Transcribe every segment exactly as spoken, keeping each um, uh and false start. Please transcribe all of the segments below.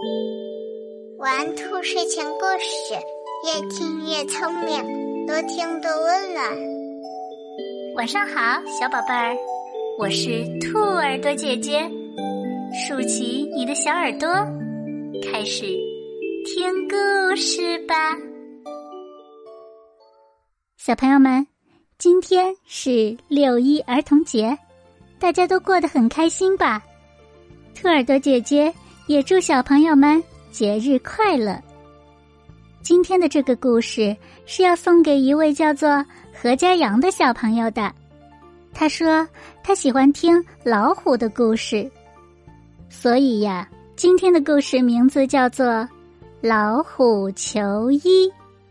玩兔睡前故事，越听越聪明，多听多温暖。 晚上好，小宝贝儿，我是兔耳朵姐姐，竖起你的小耳朵，开始听故事吧。小朋友们，今天是六一儿童节，大家都过得很开心吧？兔耳朵姐姐也祝小朋友们节日快乐。今天的这个故事是要送给一位叫做何家阳的小朋友的。他说他喜欢听老虎的故事，所以呀，今天的故事名字叫做老虎求医。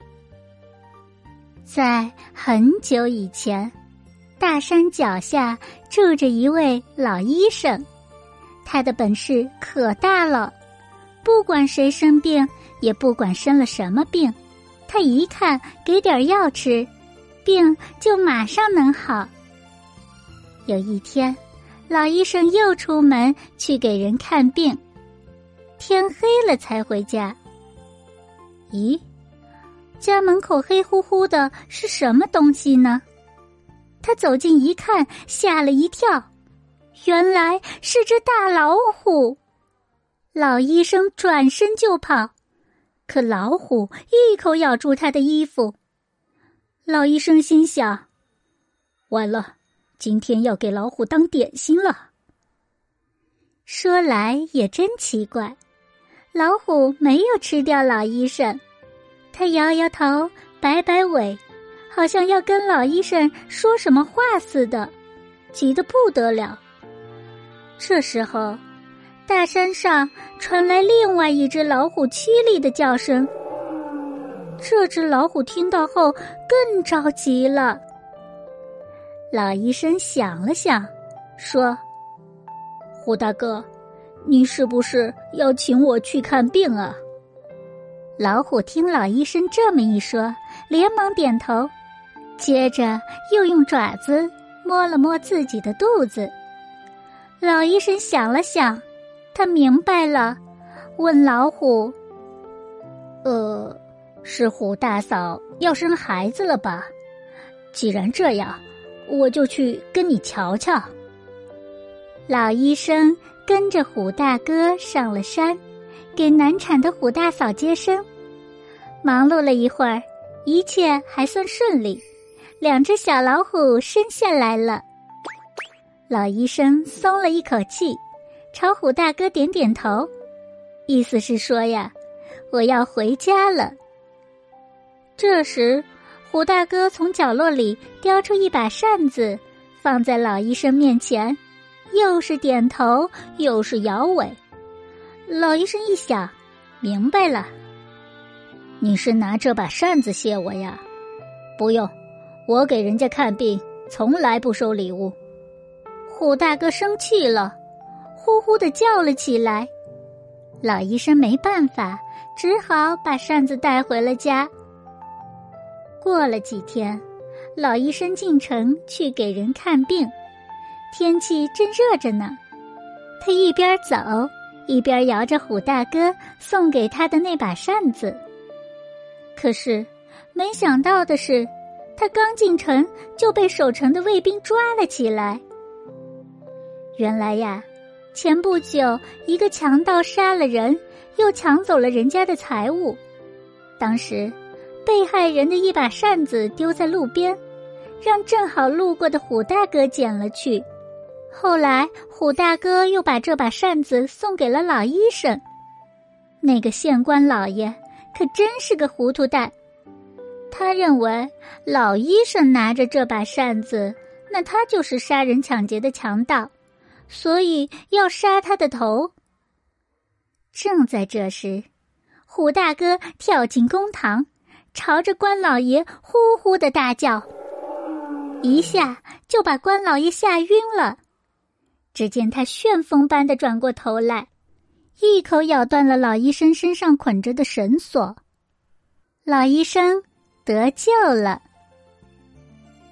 在很久以前，大山脚下住着一位老医生，他的本事可大了，不管谁生病，也不管生了什么病，他一看给点药吃，病就马上能好。有一天，老医生又出门去给人看病，天黑了才回家。咦，家门口黑乎乎的是什么东西呢？他走近一看，吓了一跳，原来是只大老虎。老医生转身就跑，可老虎一口咬住他的衣服。老医生心想，完了，今天要给老虎当点心了。说来也真奇怪，老虎没有吃掉老医生，他摇摇头，摆摆尾，好像要跟老医生说什么话似的，急得不得了。这时候，大山上传来另外一只老虎凄厉的叫声。这只老虎听到后更着急了。老医生想了想，说：虎大哥，你是不是要请我去看病啊？老虎听老医生这么一说，连忙点头，接着又用爪子摸了摸自己的肚子。老医生想了想，他明白了，问老虎：呃，是虎大嫂要生孩子了吧？既然这样，我就去跟你瞧瞧。老医生跟着虎大哥上了山，给难产的虎大嫂接生。忙碌了一会儿，一切还算顺利，两只小老虎生下来了。老医生松了一口气，朝虎大哥点点头，意思是说呀，我要回家了。这时，虎大哥从角落里叼出一把扇子，放在老医生面前，又是点头，又是摇尾。老医生一想，明白了，你是拿这把扇子谢我呀？不用，我给人家看病，从来不收礼物。虎大哥生气了，呼呼地叫了起来。老医生没办法，只好把扇子带回了家。过了几天，老医生进城去给人看病，天气正热着呢。他一边走，一边摇着虎大哥送给他的那把扇子。可是，没想到的是，他刚进城就被守城的卫兵抓了起来。原来呀，前不久一个强盗杀了人，又抢走了人家的财物。当时被害人的一把扇子丢在路边，让正好路过的虎大哥捡了去。后来虎大哥又把这把扇子送给了老医生。那个县官老爷可真是个糊涂蛋，他认为老医生拿着这把扇子，那他就是杀人抢劫的强盗，所以要杀他的头。正在这时，虎大哥跳进公堂，朝着关老爷呼呼的大叫，一下就把关老爷吓晕了。只见他旋风般的转过头来，一口咬断了老医生身上捆着的绳索。老医生得救了。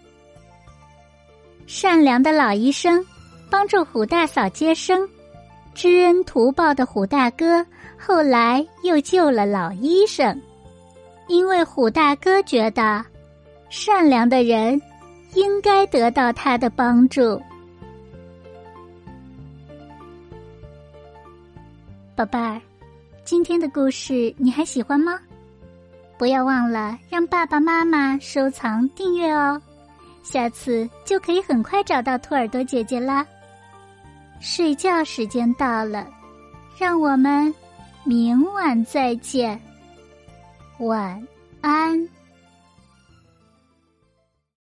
善良的老医生帮助虎大嫂接生， 知恩图报的虎大哥后来又救了老医生，因为虎大哥觉得善良的人应该得到他的帮助。宝贝儿，今天的故事你还喜欢吗？不要忘了让爸爸妈妈收藏订阅哦，下次就可以很快找到兔耳朵姐姐啦。睡觉时间到了，让我们明晚再见，晚安。